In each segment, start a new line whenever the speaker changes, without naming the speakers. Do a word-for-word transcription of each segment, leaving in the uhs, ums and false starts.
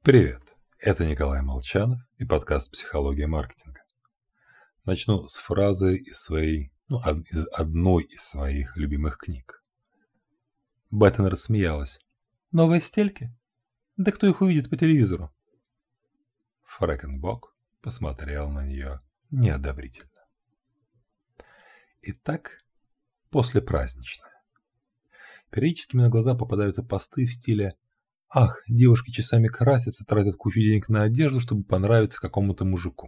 Привет, это Николай Молчанов и подкаст «Психология маркетинга». Начну с фразы из своей, ну, од- из одной из своих любимых книг. Беттон рассмеялась. «Новые стельки? Да кто их увидит по телевизору?» Фрэкенбок посмотрел на нее неодобрительно. Итак, послепраздничное. Периодически мне на глаза попадаются посты в стиле «Ах, девушки часами красятся, тратят кучу денег на одежду, чтобы понравиться какому-то мужику».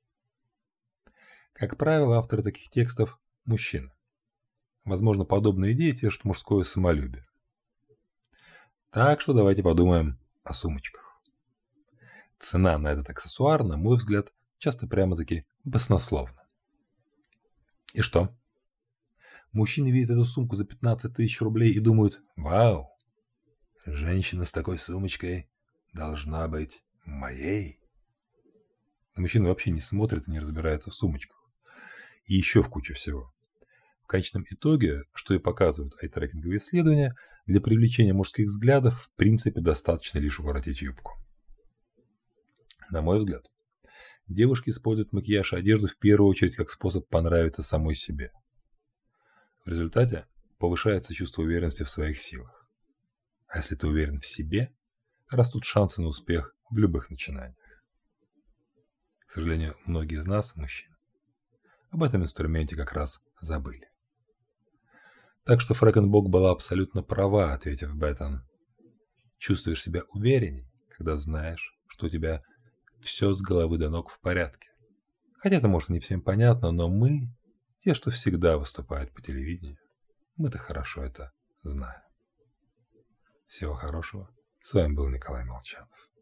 Как правило, авторы таких текстов – мужчины. Возможно, подобные идеи тешат мужское самолюбие. Так что давайте подумаем о сумочках. Цена на этот аксессуар, на мой взгляд, часто прямо-таки баснословна. И что? Мужчины видят эту сумку за пятнадцать тысяч рублей и думают: «Вау, женщина с такой сумочкой должна быть моей». Но мужчины вообще не смотрят и не разбираются в сумочках. И еще в куче всего. В конечном итоге, что и показывают айтрекинговые исследования, для привлечения мужских взглядов в принципе достаточно лишь укоротить юбку. На мой взгляд, девушки используют макияж и одежду в первую очередь как способ понравиться самой себе. В результате повышается чувство уверенности в своих силах. А если ты уверен в себе, растут шансы на успех в любых начинаниях. К сожалению, многие из нас, мужчин, об этом инструменте как раз забыли. Так что Фрэкенбок была абсолютно права, ответив Беттон. Чувствуешь себя уверенней, когда знаешь, что у тебя все с головы до ног в порядке. Хотя это, может, не всем понятно, но мы, те, что всегда выступают по телевидению, мы-то хорошо это знаем. Всего хорошего. С вами был Николай Молчанов.